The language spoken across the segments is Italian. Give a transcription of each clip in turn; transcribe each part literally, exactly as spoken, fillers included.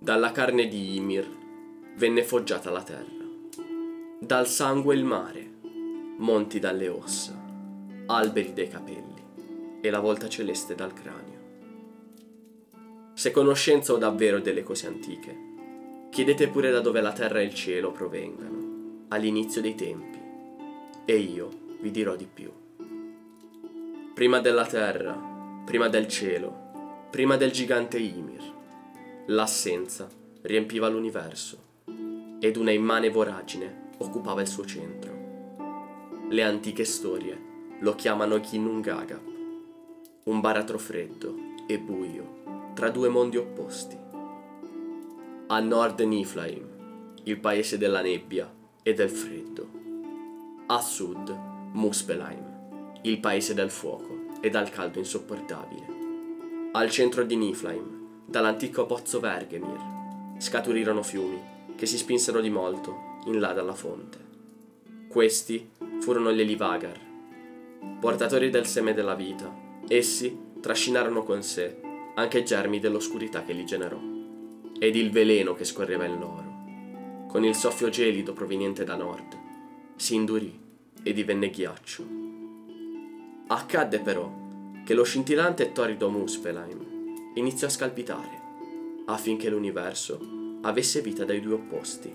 Dalla carne di Ymir venne foggiata la terra, dal sangue il mare, monti dalle ossa, alberi dai capelli e la volta celeste dal cranio. Se conoscenza ho davvero delle cose antiche, chiedete pure da dove la terra e il cielo provengano, all'inizio dei tempi, e io vi dirò di più. Prima della terra, prima del cielo, prima del gigante Ymir, l'assenza riempiva l'universo ed una immane voragine occupava il suo centro. Le antiche storie lo chiamano Ginnungagap, un baratro freddo e buio tra due mondi opposti. A nord Niflheim, il paese della nebbia e del freddo. A sud Muspelheim, il paese del fuoco e dal caldo insopportabile. Al centro di Niflheim, dall'antico pozzo Vergemir, scaturirono fiumi che si spinsero di molto in là dalla fonte. Questi furono gli Elivagar, portatori del seme della vita. Essi trascinarono con sé anche germi dell'oscurità che li generò, ed il veleno che scorreva in loro, con il soffio gelido proveniente da nord, si indurì e divenne ghiaccio. Accadde però che lo scintillante e torrido Muspelheim iniziò a scalpitare, affinché l'universo avesse vita dai due opposti.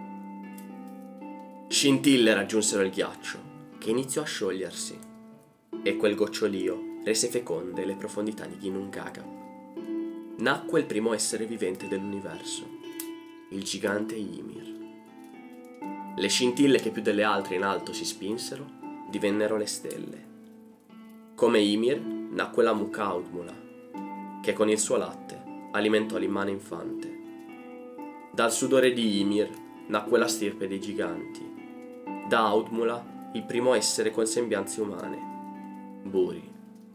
Scintille raggiunsero il ghiaccio, che iniziò a sciogliersi, e quel gocciolio rese feconde le profondità di Ginnungagap. Nacque il primo essere vivente dell'universo, il gigante Ymir. Le scintille che più delle altre in alto si spinsero divennero le stelle. Come Ymir nacque la Mukaudmula, che con il suo latte alimentò l'immane infante. Dal sudore di Ymir nacque la stirpe dei giganti. Da Audmula il primo essere con sembianze umane, Buri.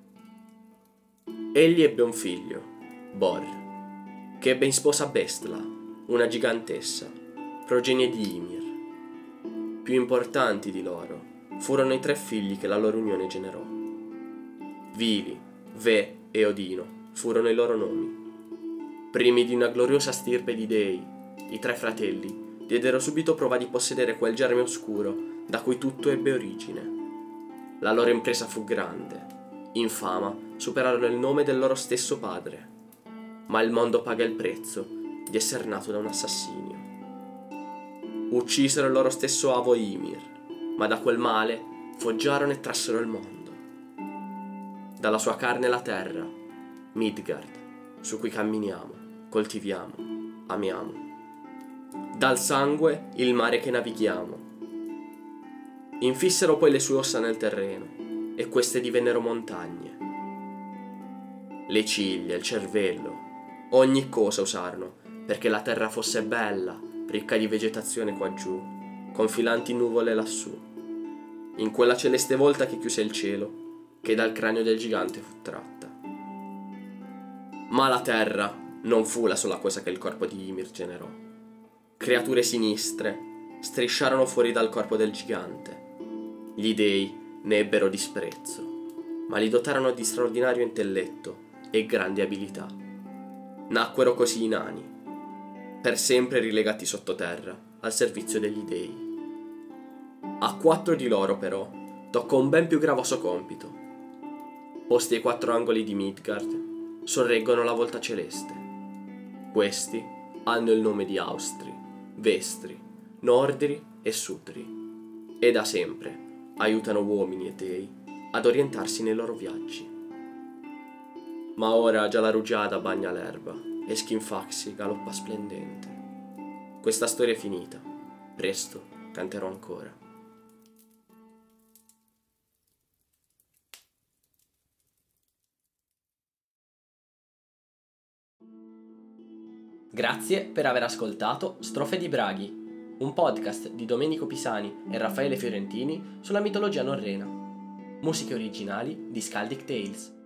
Egli ebbe un figlio, Bor, che ebbe in sposa Bestla, una gigantessa, progenie di Ymir. Più importanti di loro furono i tre figli che la loro unione generò. Vili, Ve e Odino furono i loro nomi. Primi di una gloriosa stirpe di dei, i tre fratelli diedero subito prova di possedere quel germe oscuro da cui tutto ebbe origine. La loro impresa fu grande. In fama superarono il nome del loro stesso padre, ma il mondo paga il prezzo di essere nato da un assassinio. Uccisero il loro stesso avo Ymir, ma da quel male foggiarono e trassero il mondo. Dalla sua carne la terra, Midgard, su cui camminiamo, coltiviamo, amiamo. Dal sangue il mare che navighiamo. Infissero poi le sue ossa nel terreno, e queste divennero montagne. Le ciglia, il cervello, ogni cosa usarono perché la terra fosse bella, ricca di vegetazione qua giù, con filanti nuvole lassù, in quella celeste volta che chiuse il cielo, che dal cranio del gigante fu tratta. Ma la terra non fu la sola cosa che il corpo di Ymir generò. Creature sinistre strisciarono fuori dal corpo del gigante. Gli dei ne ebbero disprezzo, ma li dotarono di straordinario intelletto e grandi abilità. Nacquero così i nani, per sempre rilegati sottoterra al servizio degli dei. A quattro di loro però toccò un ben più gravoso compito. Posti ai quattro angoli di Midgard, sorreggono la volta celeste. Questi hanno il nome di Austri, Vestri, Nordri e Sutri, e da sempre aiutano uomini e dei ad orientarsi nei loro viaggi. Ma ora già la rugiada bagna l'erba e Skinfaxi galoppa splendente. Questa storia è finita, presto canterò ancora. Grazie per aver ascoltato Strofe di Braghi, un podcast di Domenico Pisani e Raffaele Fiorentini sulla mitologia norrena. Musiche originali di Skaldic Tales.